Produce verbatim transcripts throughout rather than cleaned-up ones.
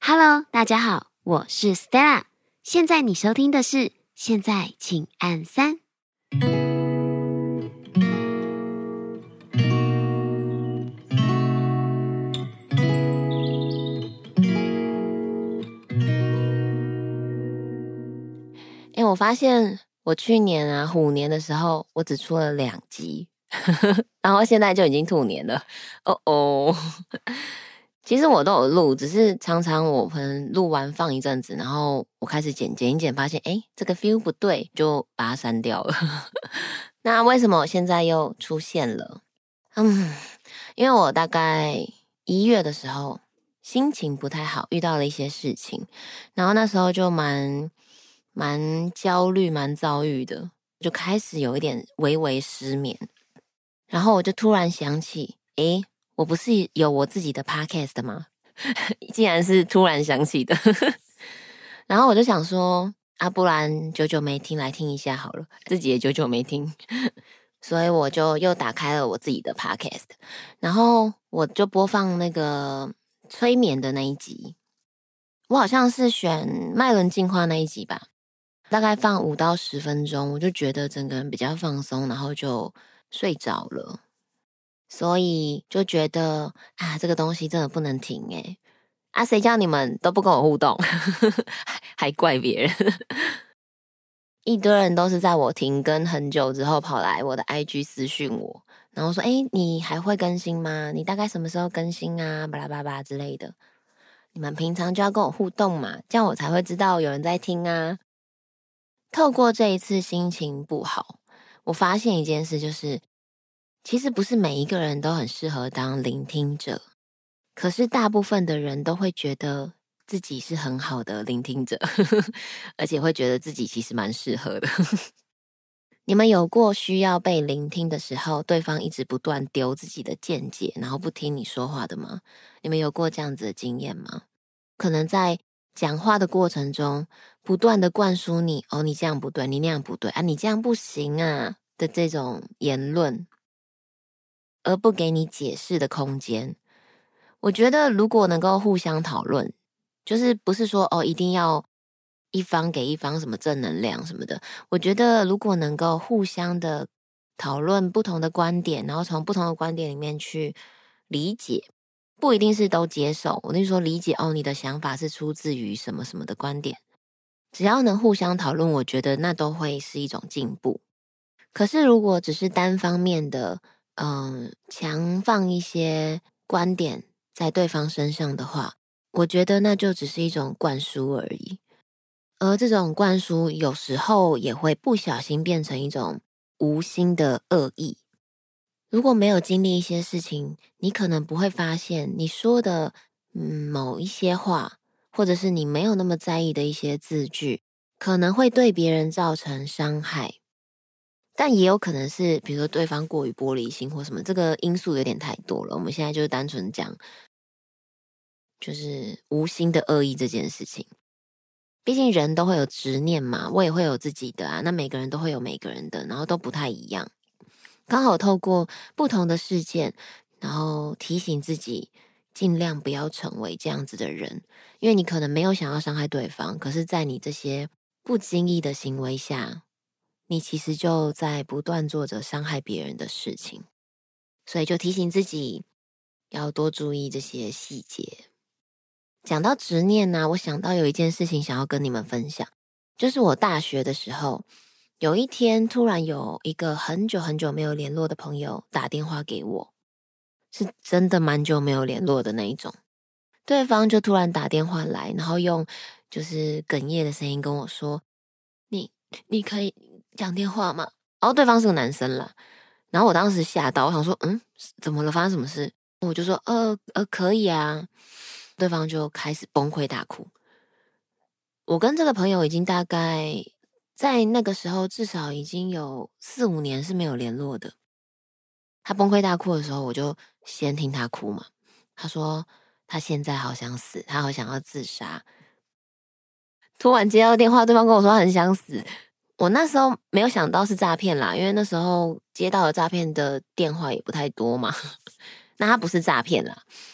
Hello， 大家好，我是 Stella。现在你收听的是，现在请按三。哎，我发现我去年啊虎年的时候，我只出了两集，然后现在就已经兔年了。哦哦。其实我都有录，只是常常我可能录完放一阵子，然后我开始剪剪一剪，发现诶这个 feel 不对，就把它删掉了。那为什么我现在又出现了？嗯，因为我大概一月的时候心情不太好，遇到了一些事情，然后那时候就蛮蛮焦虑、蛮躁郁的，就开始有一点微微失眠。然后我就突然想起，诶我不是有我自己的 podcast 吗？竟然是突然想起的。然后我就想说，啊，不然久久没听，来听一下好了，自己也久久没听。所以我就又打开了我自己的 podcast， 然后我就播放那个催眠的那一集，我好像是选脉轮净化那一集吧，大概放五到十分钟，我就觉得整个人比较放松，然后就睡着了。所以就觉得啊，这个东西真的不能停诶啊，谁叫你们都不跟我互动，还怪别人。一堆人都是在我停更很久之后跑来我的 I G 私讯我，然后说诶你还会更新吗？你大概什么时候更新啊？巴拉巴拉之类的。你们平常就要跟我互动嘛，这样我才会知道有人在听啊。透过这一次心情不好，我发现一件事，就是其实不是每一个人都很适合当聆听者，可是大部分的人都会觉得自己是很好的聆听者，而且会觉得自己其实蛮适合的。你们有过需要被聆听的时候，对方一直不断丢自己的见解，然后不听你说话的吗？你们有过这样子的经验吗？可能在讲话的过程中，不断的灌输你，哦，你这样不对，你那样不对啊，你这样不行啊的这种言论，而不给你解释的空间。我觉得如果能够互相讨论，就是不是说哦一定要一方给一方什么正能量什么的。我觉得如果能够互相的讨论不同的观点，然后从不同的观点里面去理解，不一定是都接受。我跟你说理解哦，你的想法是出自于什么什么的观点，只要能互相讨论，我觉得那都会是一种进步。可是如果只是单方面的嗯强放一些观点在对方身上的话，我觉得那就只是一种灌输而已。而这种灌输有时候也会不小心变成一种无心的恶意。如果没有经历一些事情，你可能不会发现你说的嗯某一些话，或者是你没有那么在意的一些字句，可能会对别人造成伤害。但也有可能是比如说对方过于玻璃心或什么，这个因素有点太多了，我们现在就是单纯讲就是无心的恶意这件事情。毕竟人都会有执念嘛，我也会有自己的啊，那每个人都会有每个人的，然后都不太一样。刚好透过不同的事件，然后提醒自己尽量不要成为这样子的人。因为你可能没有想要伤害对方，可是在你这些不经意的行为下，你其实就在不断做着伤害别人的事情。所以就提醒自己要多注意这些细节。讲到执念啊，我想到有一件事情想要跟你们分享，就是我大学的时候，有一天突然有一个很久很久没有联络的朋友打电话给我，是真的蛮久没有联络的那一种。对方就突然打电话来，然后用就是哽咽的声音跟我说，你你可以讲电话吗？然后对方是个男生啦，然后我当时吓到，我想说嗯怎么了，发生什么事？我就说呃呃可以啊，对方就开始崩溃大哭。我跟这个朋友已经大概在那个时候至少已经有四五年是没有联络的。他崩溃大哭的时候，我就先听他哭嘛。他说他现在好想死，他好想要自杀。突然接到电话，对方跟我说他很想死。我那时候没有想到是诈骗啦，因为那时候接到的诈骗的电话也不太多嘛。那他不是诈骗啦，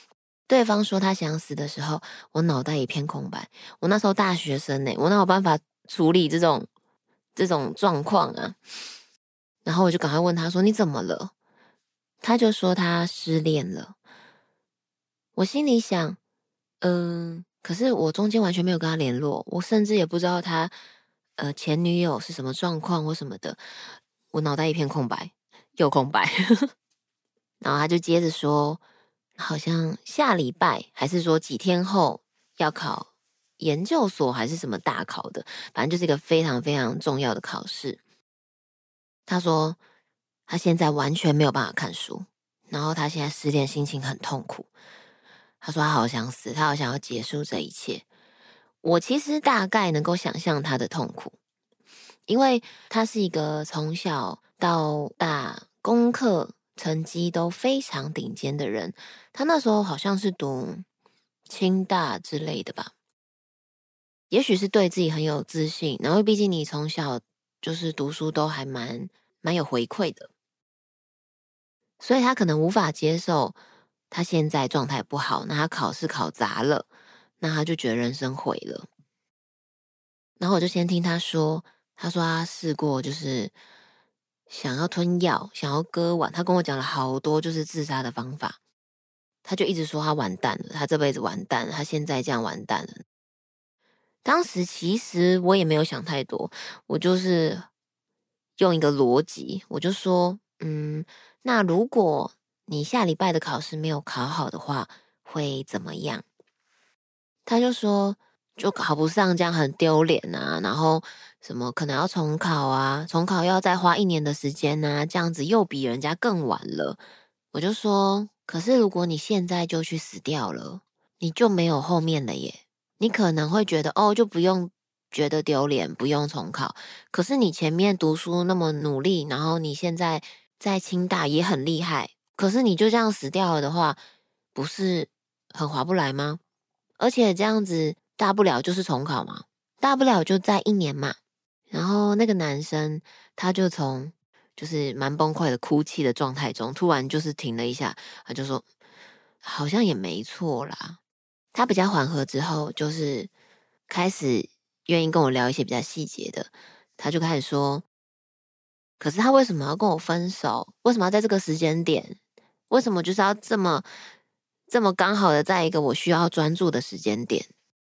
对方说他想死的时候，我脑袋一片空白。我那时候大学生欸，我哪有办法处理这种这种状况啊？然后我就赶快问他说：“你怎么了？”他就说他失恋了。我心里想，嗯，可是我中间完全没有跟他联络，我甚至也不知道他呃前女友是什么状况或什么的，我脑袋一片空白，又空白。然后他就接着说，好像下礼拜还是说几天后要考研究所还是什么大考的，反正就是一个非常非常重要的考试。他说他现在完全没有办法看书，然后他现在失恋，心情很痛苦。他说他好想死，他好想要结束这一切。我其实大概能够想象他的痛苦，因为他是一个从小到大功课成绩都非常顶尖的人。他那时候好像是读清大之类的吧，也许是对自己很有自信，然后毕竟你从小就是读书都还蛮蛮有回馈的，所以他可能无法接受他现在状态不好，那他考试考砸了，那他就觉得人生毁了。然后我就先听他说，他说他试过就是想要吞药，想要割腕，他跟我讲了好多就是自杀的方法。他就一直说他完蛋了，他这辈子完蛋了，他现在这样完蛋了。当时其实我也没有想太多，我就是用一个逻辑，我就说，嗯，那如果你下礼拜的考试没有考好的话，会怎么样？他就说，就考不上这样很丢脸啊，然后什么可能要重考啊，重考要再花一年的时间啊，这样子又比人家更晚了。我就说，可是如果你现在就去死掉了，你就没有后面了耶。你可能会觉得，哦，就不用觉得丢脸，不用重考。可是你前面读书那么努力，然后你现在在清大也很厉害，可是你就这样死掉了的话，不是很划不来吗？而且这样子大不了就是重考嘛，大不了就再一年嘛。然后那个男生他就从就是蛮崩溃的哭泣的状态中，突然就是停了一下，他就说好像也没错啦。他比较缓和之后，就是开始愿意跟我聊一些比较细节的，他就开始说，可是他为什么要跟我分手？为什么要在这个时间点？为什么就是要这么这么刚好的在一个我需要专注的时间点？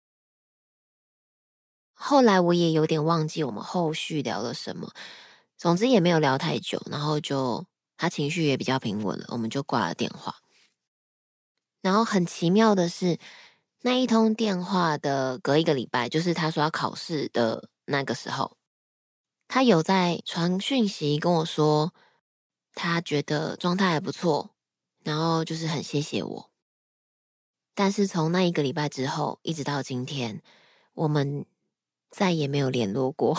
后来我也有点忘记我们后续聊了什么，总之也没有聊太久，然后就他情绪也比较平稳了，我们就挂了电话。然后很奇妙的是，那一通电话的隔一个礼拜，就是他说要考试的那个时候，他有在传讯息跟我说，他觉得状态还不错，然后就是很谢谢我。但是从那一个礼拜之后，一直到今天，我们再也没有联络过。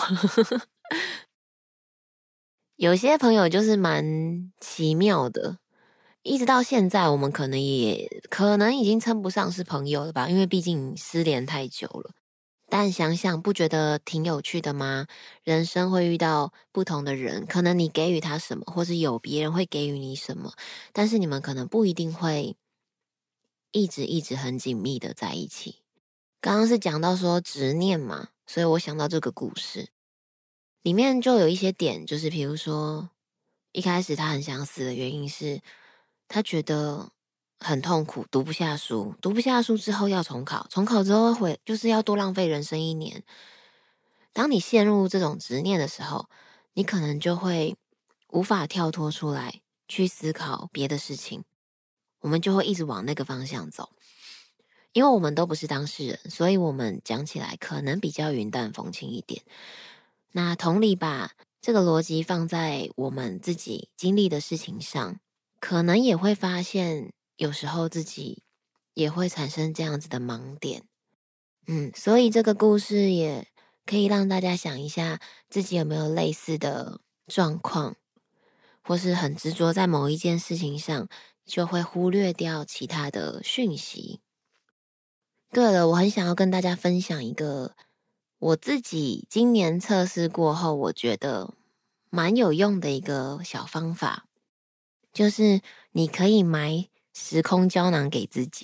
有些朋友就是蛮奇妙的，一直到现在，我们可能也可能已经称不上是朋友了吧，因为毕竟失联太久了。但想想，不觉得挺有趣的吗？人生会遇到不同的人，可能你给予他什么，或是有别人会给予你什么，但是你们可能不一定会一直一直很紧密的在一起。刚刚是讲到说执念嘛，所以我想到这个故事。里面就有一些点，就是比如说，一开始他很想死的原因是，他觉得很痛苦，读不下书，读不下书之后要重考，重考之后会就是要多浪费人生一年。当你陷入这种执念的时候，你可能就会无法跳脱出来去思考别的事情，我们就会一直往那个方向走。因为我们都不是当事人，所以我们讲起来可能比较云淡风轻一点。那同理把这个逻辑放在我们自己经历的事情上，可能也会发现，有时候自己也会产生这样子的盲点。嗯，所以这个故事也可以让大家想一下，自己有没有类似的状况，或是很执着在某一件事情上，就会忽略掉其他的讯息。对了，我很想要跟大家分享一个我自己今年测试过后，我觉得蛮有用的一个小方法，就是你可以买时空胶囊给自己。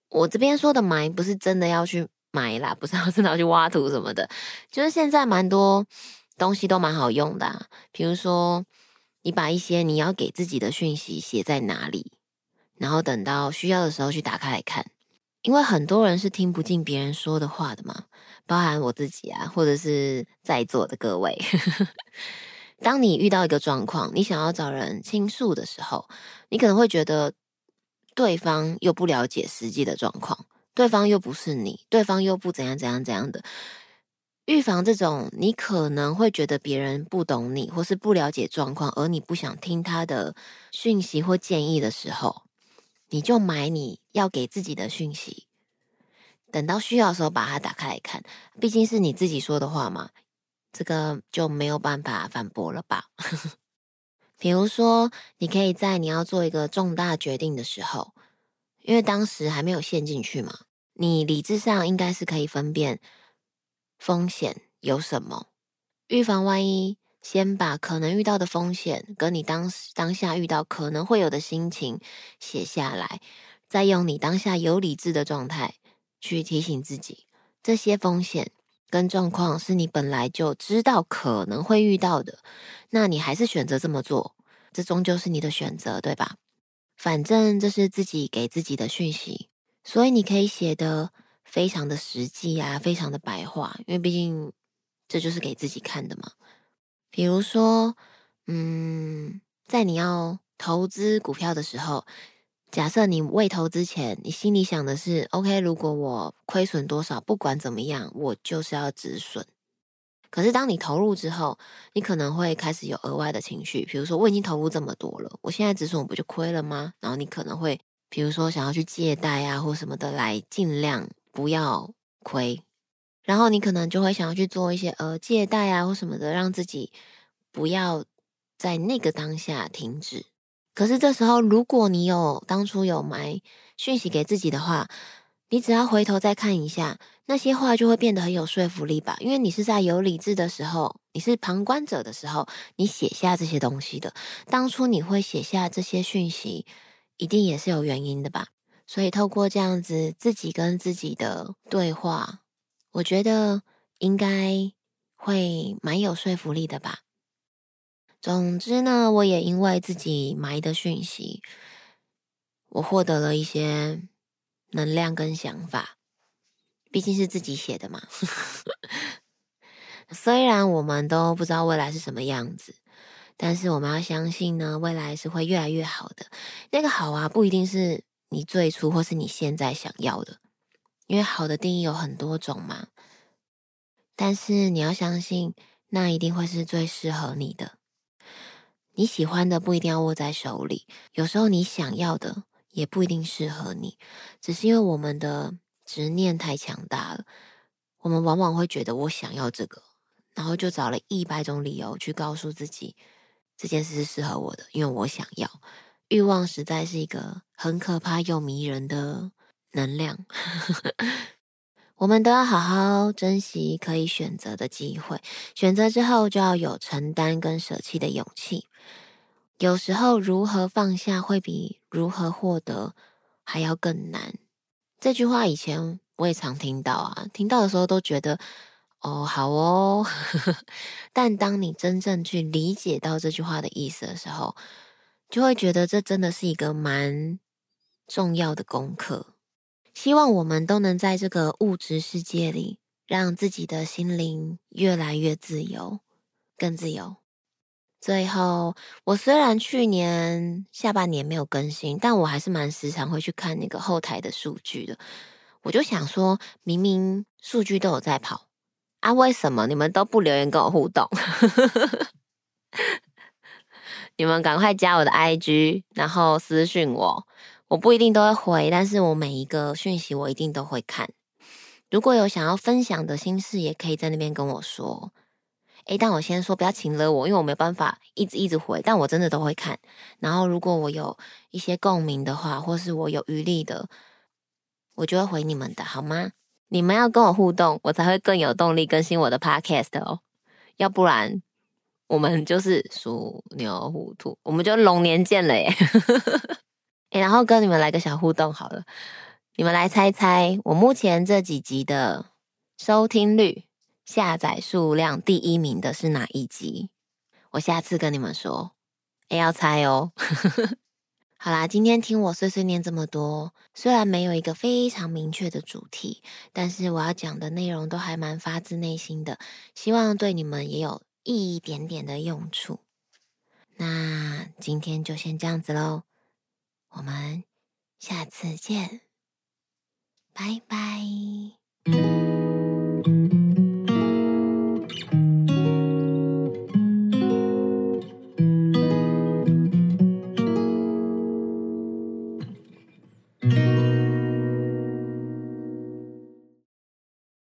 我这边说的埋不是真的要去埋啦，不是要真的要去挖土什么的，就是现在蛮多东西都蛮好用的啊，比如说你把一些你要给自己的讯息写在哪里，然后等到需要的时候去打开来看。因为很多人是听不进别人说的话的嘛，包含我自己啊，或者是在座的各位。当你遇到一个状况，你想要找人倾诉的时候，你可能会觉得对方又不了解实际的状况，对方又不是你，对方又不怎样怎样怎样的。预防这种你可能会觉得别人不懂你，或是不了解状况，而你不想听他的讯息或建议的时候，你就买你要给自己的讯息，等到需要的时候把它打开来看，毕竟是你自己说的话嘛，这个就没有办法反驳了吧。比如说，你可以在你要做一个重大决定的时候，因为当时还没有陷进去嘛，你理智上应该是可以分辨风险有什么，预防万一，先把可能遇到的风险跟你当时当下遇到可能会有的心情写下来，再用你当下有理智的状态去提醒自己，这些风险跟状况是你本来就知道可能会遇到的，那你还是选择这么做，这终究是你的选择，对吧？反正这是自己给自己的讯息，所以你可以写得非常的实际啊，非常的白话，因为毕竟这就是给自己看的嘛。比如说，嗯，在你要投资股票的时候，假设你未投资前，你心里想的是 OK，如果我亏损多少，不管怎么样，我就是要止损。可是当你投入之后，你可能会开始有额外的情绪，比如说我已经投入这么多了，我现在止损我不就亏了吗？然后你可能会，比如说想要去借贷啊或什么的，来尽量不要亏。然后你可能就会想要去做一些呃借贷啊或什么的，让自己不要在那个当下停止。可是这时候，如果你有当初有埋讯息给自己的话，你只要回头再看一下，那些话就会变得很有说服力吧。因为你是在有理智的时候，你是旁观者的时候，你写下这些东西的。当初你会写下这些讯息，一定也是有原因的吧。所以透过这样子自己跟自己的对话，我觉得应该会蛮有说服力的吧。总之呢，我也因为自己埋的讯息，我获得了一些能量跟想法，毕竟是自己写的嘛。虽然我们都不知道未来是什么样子，但是我们要相信呢，未来是会越来越好的。那个好啊，不一定是你最初或是你现在想要的，因为好的定义有很多种嘛。但是你要相信，那一定会是最适合你的。你喜欢的不一定要握在手里，有时候你想要的也不一定适合你，只是因为我们的执念太强大了，我们往往会觉得我想要这个，然后就找了一百种理由去告诉自己这件事是适合我的，因为我想要。欲望实在是一个很可怕又迷人的能量。我们都要好好珍惜可以选择的机会，选择之后就要有承担跟舍弃的勇气。有时候如何放下会比如何获得还要更难。这句话以前我也常听到啊，听到的时候都觉得哦好哦，但当你真正去理解到这句话的意思的时候，就会觉得这真的是一个蛮重要的功课。希望我们都能在这个物质世界里，让自己的心灵越来越自由，更自由。最后，我虽然去年下半年没有更新，但我还是蛮时常会去看那个后台的数据的。我就想说，明明数据都有在跑啊，为什么你们都不留言跟我互动？你们赶快加我的 I G， 然后私讯我。我不一定都会回，但是我每一个讯息我一定都会看。如果有想要分享的心事，也可以在那边跟我说。诶，但我先说不要请了我，因为我没有办法一直一直回，但我真的都会看。然后如果我有一些共鸣的话，或是我有余力的，我就会回你们的，好吗？你们要跟我互动，我才会更有动力更新我的 podcast 哦。要不然我们就是鼠牛虎兔，我们就龙年见了耶。诶，然后跟你们来个小互动好了。 你们来猜猜，我目前这几集的收听率、下载数量第一名的是哪一集？我下次跟你们说。诶，要猜哦。好啦，今天听我碎碎念这么多，虽然没有一个非常明确的主题，但是我要讲的内容都还蛮发自内心的，希望对你们也有一点点的用处。那今天就先这样子咯，我们下次见，拜拜。